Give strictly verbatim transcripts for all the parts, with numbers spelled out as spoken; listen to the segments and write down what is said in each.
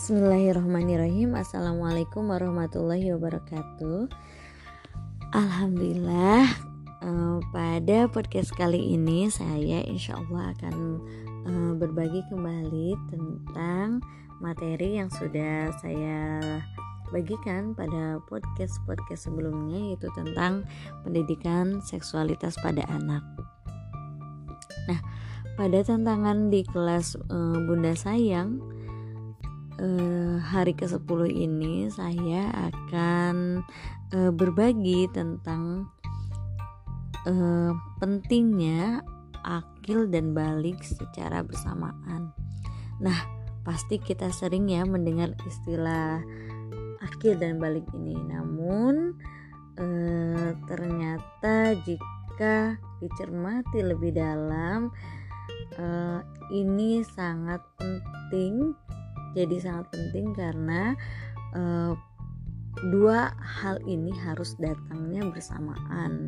Bismillahirrahmanirrahim. Assalamualaikum warahmatullahi wabarakatuh. Alhamdulillah, eh, pada podcast kali ini saya insya Allah akan eh, berbagi kembali tentang materi yang sudah saya bagikan pada podcast-podcast sebelumnya, yaitu tentang pendidikan seksualitas pada anak. Nah, pada tantangan di kelas eh, Bunda Sayang eh, hari kesepuluh ini saya akan eh, berbagi tentang eh, pentingnya akil dan balik secara bersamaan. Nah, pasti kita sering ya mendengar istilah akil dan balik ini. Namun eh, ternyata jika dicermati lebih dalam, uh, ini sangat penting. Jadi sangat penting karena uh, dua hal ini harus datangnya bersamaan.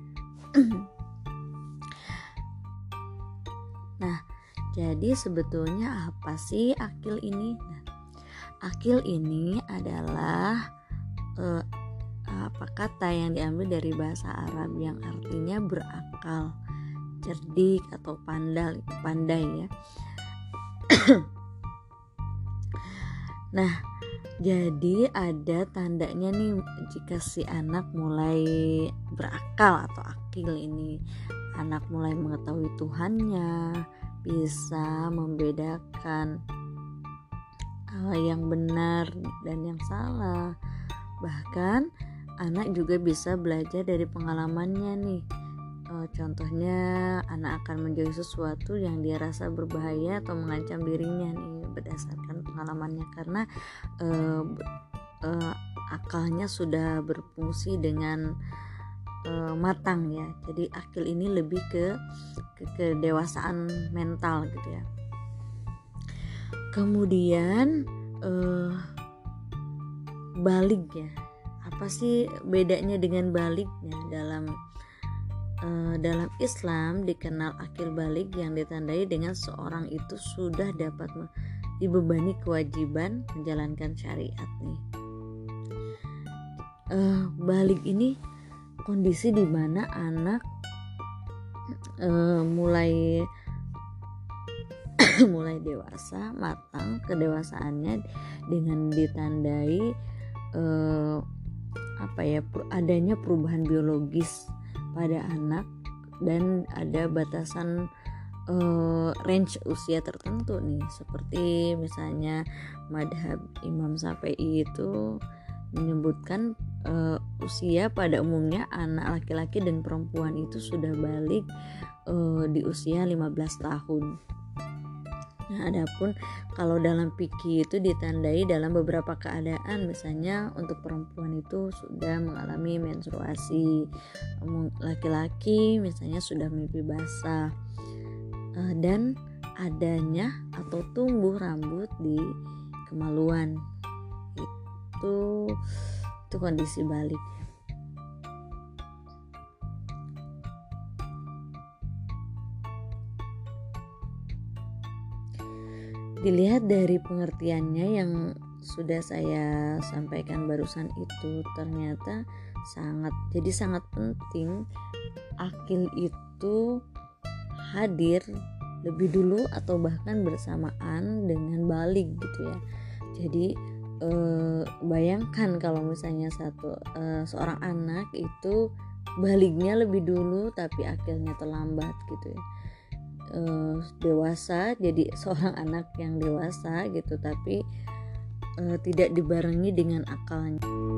Nah, jadi sebetulnya apa sih akil ini? Nah, akil ini adalah uh, apa kata yang diambil dari bahasa Arab yang artinya berakal, cerdik atau pandai, pandai ya. Nah, jadi ada tandanya nih jika si anak mulai berakal atau akil ini. Anak mulai mengetahui Tuhannya, bisa membedakan hal yang benar dan yang salah. Bahkan anak juga bisa belajar dari pengalamannya nih. E, contohnya anak akan menjauhi sesuatu yang dia rasa berbahaya atau mengancam dirinya nih berdasarkan pengalamannya, karena e, e, akalnya sudah berfungsi dengan e, matang ya. Jadi akil ini lebih ke, ke kedewasaan mental gitu ya. Kemudian e, balik ya. Apa sih bedanya dengan baliknya? Dalam uh, dalam Islam dikenal akil balik yang ditandai dengan seorang itu sudah dapat dibebani kewajiban menjalankan syariat nih. Uh, balik ini kondisi di mana anak uh, mulai mulai dewasa, matang kedewasaannya dengan ditandai uh, apa ya adanya perubahan biologis pada anak dan ada batasan uh, range usia tertentu nih, seperti misalnya madhab Imam Syafi'i itu menyebutkan uh, usia pada umumnya anak laki-laki dan perempuan itu sudah balik uh, di usia lima belas tahun. Nah, adapun kalau dalam fikih itu ditandai dalam beberapa keadaan, misalnya untuk perempuan itu sudah mengalami menstruasi, laki-laki misalnya sudah mimpi basah, dan adanya atau tumbuh rambut di kemaluan. Itu itu kondisi balik. Dilihat dari pengertiannya yang sudah saya sampaikan barusan itu, ternyata sangat jadi sangat penting akil itu hadir lebih dulu atau bahkan bersamaan dengan balik gitu ya. Jadi eh, bayangkan kalau misalnya satu eh, seorang anak itu baliknya lebih dulu tapi akilnya terlambat gitu ya. Uh, dewasa, jadi seorang anak yang dewasa gitu, tapi uh, tidak dibarengi dengan akalnya.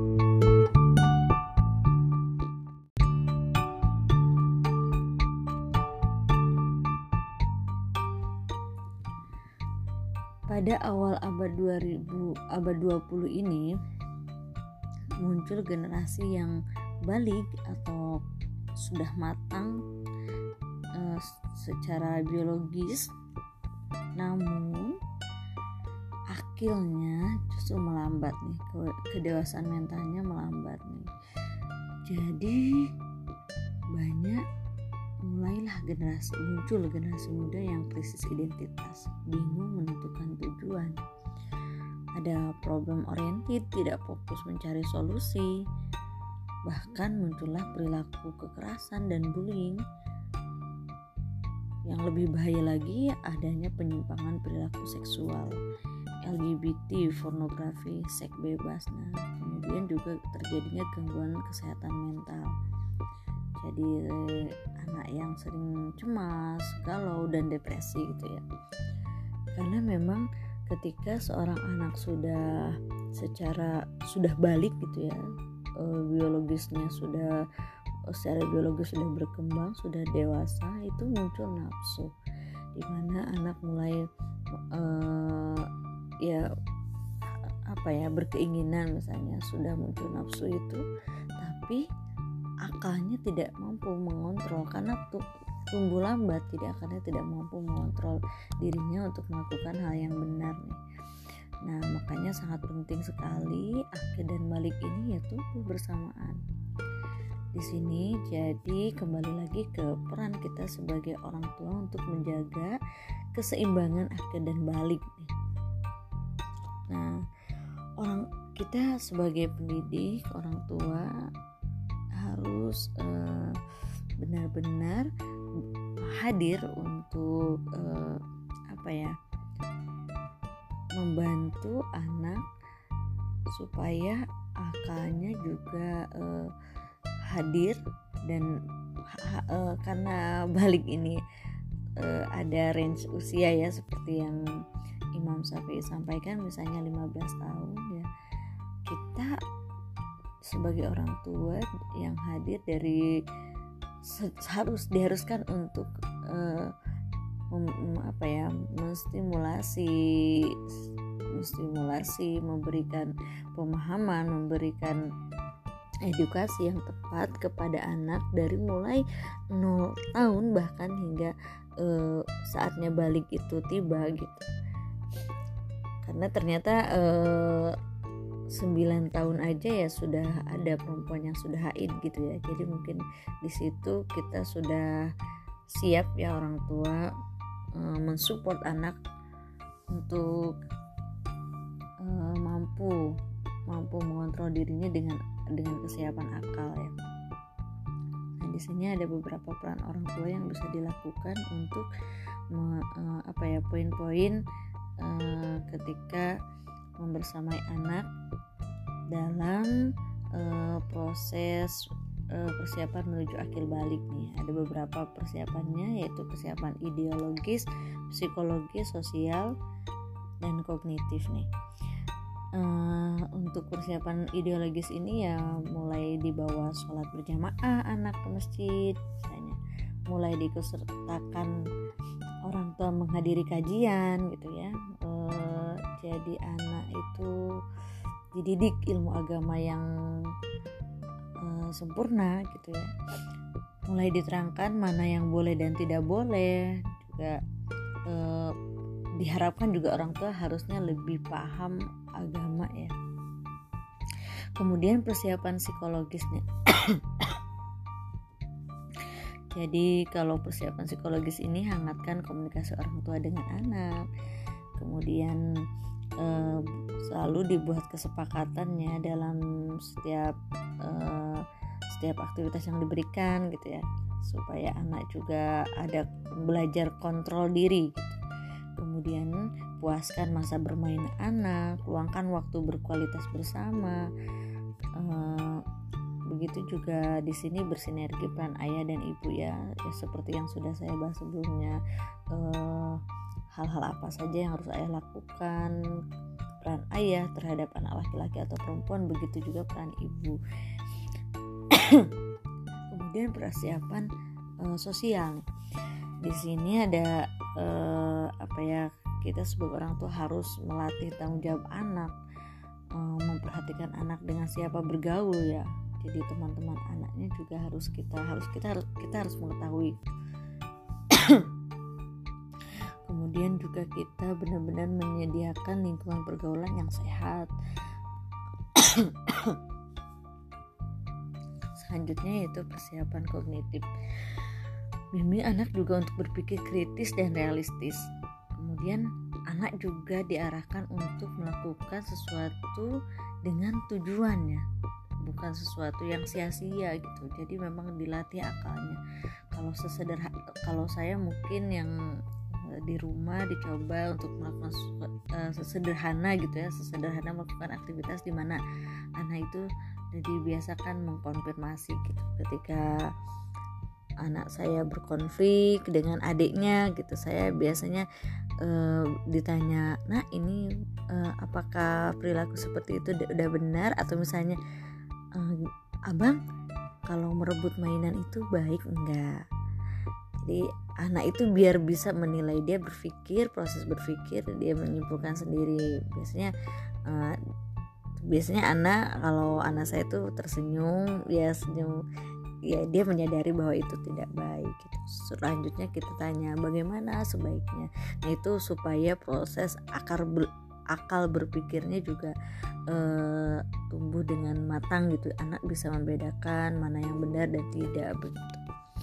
Pada awal abad dua ribu, abad dua puluh ini muncul generasi yang balik atau sudah matang uh, secara biologis, namun akilnya justru melambat nih, kedewasaan mentalnya melambat nih. Jadi banyak mulailah generasi muncul generasi muda yang krisis identitas, bingung menentukan tujuan. ada problem oriented, tidak fokus mencari solusi. Bahkan muncullah perilaku kekerasan dan bullying. Yang lebih bahaya lagi adanya penyimpangan perilaku seksual, L G B T, pornografi, seks bebas. Nah, kemudian juga terjadinya gangguan kesehatan mental. Jadi anak yang sering cemas, galau, dan depresi gitu ya. Karena memang ketika seorang anak sudah secara sudah balik gitu ya, biologisnya sudah secara biologis sudah berkembang, sudah dewasa, itu muncul nafsu, dimana anak mulai uh, ya apa ya berkeinginan, misalnya sudah muncul nafsu itu, tapi akalnya tidak mampu mengontrol karena tuh tumbuh lambat, tidak akalnya tidak mampu mengontrol dirinya untuk melakukan hal yang benar nih. Nah, makanya sangat penting sekali akad dan balik ini ya tumbuh bersamaan. Di sini jadi kembali lagi ke peran kita sebagai orang tua untuk menjaga keseimbangan akad dan balik nih. Nah, orang kita sebagai pendidik, orang tua harus eh, benar-benar hadir untuk eh, apa ya membantu anak supaya akalnya juga eh, hadir dan ha, eh, karena balik ini eh, ada range usia ya, seperti yang Imam Syafi'i sampaikan, misalnya lima belas tahun ya, kita sebagai orang tua yang hadir dari harus diharuskan untuk uh, mem, apa ya menstimulasi menstimulasi memberikan pemahaman, memberikan edukasi yang tepat kepada anak dari mulai nol tahun bahkan hingga uh, saatnya balik itu tiba gitu. Karena ternyata uh, sembilan tahun aja ya sudah ada perempuan yang sudah haid gitu ya. Jadi mungkin di situ kita sudah siap ya orang tua uh, mensupport anak untuk uh, mampu mampu mengontrol dirinya dengan dengan kesiapan akal ya. Nah, di sini ada beberapa peran orang tua yang bisa dilakukan untuk me, uh, apa ya poin-poin uh, ketika membersamai anak dalam uh, proses uh, persiapan menuju akil balik nih. Ada beberapa persiapannya, yaitu persiapan ideologis, psikologis, sosial, dan kognitif nih. Uh, untuk persiapan ideologis ini ya mulai dibawa sholat berjamaah anak ke masjid, misalnya mulai diikutsertakan orang tua menghadiri kajian gitu ya. Uh, jadi anak itu dididik ilmu agama yang uh, sempurna gitu ya. Mulai diterangkan mana yang boleh dan tidak boleh, juga uh, diharapkan juga orang tua harusnya lebih paham agama ya. Kemudian persiapan psikologisnya. Jadi kalau persiapan psikologis ini hangatkan komunikasi orang tua dengan anak. Kemudian eh, selalu dibuat kesepakatannya dalam setiap eh, setiap aktivitas yang diberikan gitu ya, supaya anak juga ada belajar kontrol diri gitu. Kemudian puaskan masa bermain anak, luangkan waktu berkualitas bersama. Uh, begitu juga di sini bersinergi peran ayah dan ibu ya, ya seperti yang sudah saya bahas sebelumnya. Uh, hal-hal apa saja yang harus ayah lakukan, peran ayah terhadap anak laki-laki atau perempuan, begitu juga peran ibu. Kemudian persiapan uh, sosial. Di sini ada uh, apa ya kita sebagai orang tua harus melatih tanggung jawab anak, um, memperhatikan anak dengan siapa bergaul ya. Jadi teman-teman anaknya juga harus kita harus kita harus kita harus mengetahui. Kemudian juga kita benar-benar menyediakan lingkungan pergaulan yang sehat. Selanjutnya yaitu persiapan kognitif. Bimbing anak juga untuk berpikir kritis dan realistis. Kemudian anak juga diarahkan untuk melakukan sesuatu dengan tujuannya, bukan sesuatu yang sia-sia gitu. Jadi memang dilatih akalnya. Kalau sesederhana, kalau saya mungkin yang di rumah dicoba untuk melakukan uh, sesederhana gitu ya, sesederhana melakukan aktivitas di mana anak itu dibiasakan mengkonfirmasi gitu. Ketika anak saya berkonflik dengan adiknya gitu, saya biasanya uh, ditanya, nah ini uh, apakah perilaku seperti itu udah benar, atau misalnya uh, abang kalau merebut mainan itu baik enggak. Jadi anak itu biar bisa menilai, dia berpikir, proses berpikir, dia menyimpulkan sendiri. Biasanya uh, biasanya anak, kalau anak saya itu tersenyum, ya senyum, ya dia menyadari bahwa itu tidak baik gitu. Selanjutnya kita tanya bagaimana sebaiknya. Nah itu supaya proses akar ber, akal berpikirnya juga uh, tumbuh dengan matang gitu. Anak bisa membedakan mana yang benar dan tidak begitu.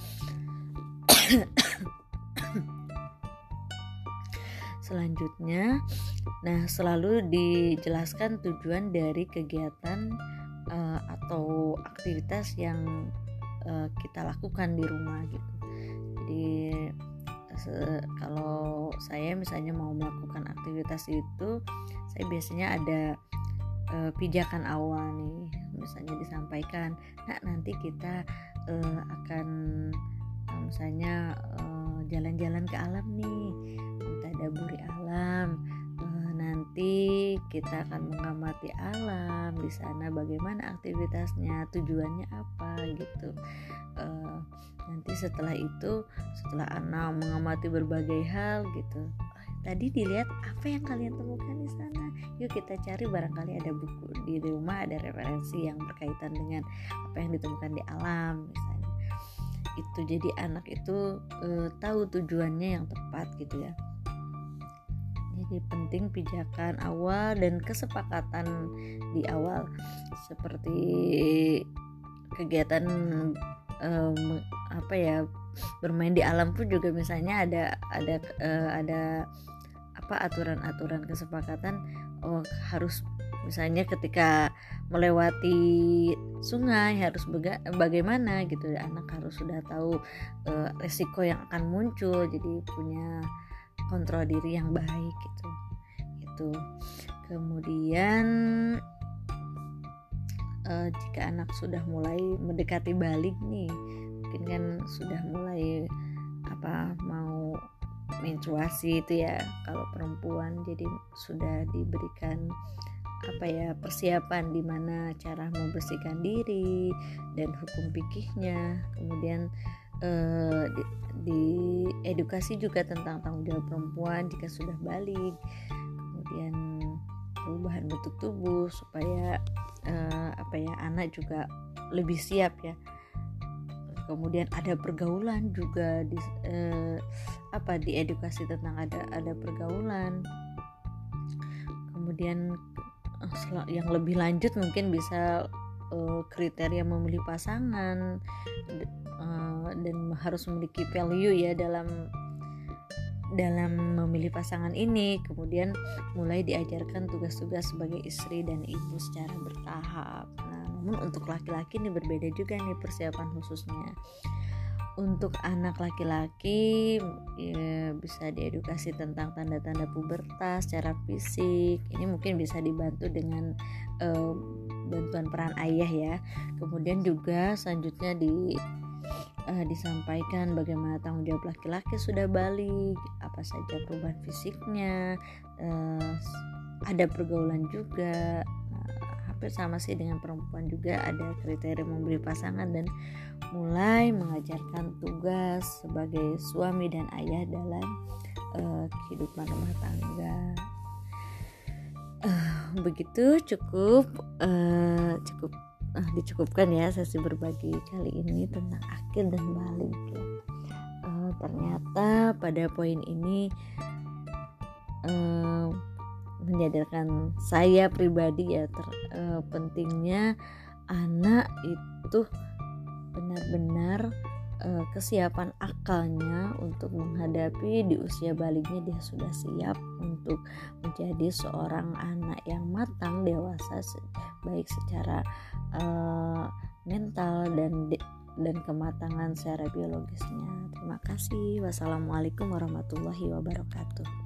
Selanjutnya, nah selalu dijelaskan tujuan dari kegiatan uh, atau aktivitas yang uh, kita lakukan di rumah gitu. Jadi se- kalau saya misalnya mau melakukan aktivitas itu, saya biasanya ada uh, pijakan awal nih, misalnya disampaikan, nah nanti kita uh, akan uh, misalnya uh, jalan-jalan ke alam nih, mentadaburi alam, uh, nanti kita akan mengamati alam di sana, bagaimana aktivitasnya, tujuannya apa gitu. Uh, nanti setelah itu, setelah anak mengamati berbagai hal gitu, tadi dilihat apa yang kalian temukan di sana, yuk kita cari, barangkali ada buku di rumah, ada referensi yang berkaitan dengan apa yang ditemukan di alam misalnya. Itu jadi anak itu uh, tahu tujuannya yang tepat gitu ya. Jadi penting pijakan awal dan kesepakatan di awal, seperti kegiatan um, apa ya, bermain di alam pun juga misalnya ada ada uh, ada apa aturan-aturan kesepakatan. Oh harus misalnya ketika melewati sungai harus baga- bagaimana gitu, anak harus sudah tahu uh, resiko yang akan muncul, jadi punya kontrol diri yang baik gitu. Itu kemudian uh, jika anak sudah mulai mendekati balik nih, mungkin kan sudah mulai apa mau menstruasi itu ya kalau perempuan, jadi sudah diberikan apa ya persiapan di mana cara membersihkan diri dan hukum fikihnya, kemudian eh, di, di edukasi juga tentang tanggung jawab perempuan jika sudah balik, kemudian perubahan bentuk tubuh supaya eh, apa ya anak juga lebih siap ya. Kemudian ada pergaulan juga di eh, apa diedukasi tentang ada ada pergaulan. Kemudian yang lebih lanjut mungkin bisa uh, kriteria memilih pasangan uh, dan harus memiliki value ya dalam dalam memilih pasangan ini. Kemudian mulai diajarkan tugas-tugas sebagai istri dan ibu secara bertahap. Nah, namun untuk laki-laki ini berbeda juga nih persiapan khususnya. Untuk anak laki-laki ya, bisa diedukasi tentang tanda-tanda pubertas secara fisik. Ini mungkin bisa dibantu dengan uh, bantuan peran ayah ya. Kemudian juga selanjutnya di uh, disampaikan bagaimana tanggung jawab laki-laki sudah balik, apa saja perubahan fisiknya, uh, ada pergaulan juga. Sama sih dengan perempuan juga ada kriteria memberi pasangan dan mulai mengajarkan tugas sebagai suami dan ayah dalam uh, kehidupan rumah tangga. Uh, begitu cukup uh, cukup uh, dicukupkan ya sesi berbagi kali ini tentang akil dan balik ya. Uh, ternyata pada poin ini uh, menyadarkan saya pribadi ya ter, uh, pentingnya anak itu benar-benar uh, kesiapan akalnya untuk menghadapi di usia baliknya dia sudah siap untuk menjadi seorang anak yang matang, dewasa, baik secara uh, mental dan de- dan kematangan secara biologisnya. Terima kasih. Wassalamualaikum warahmatullahi wabarakatuh.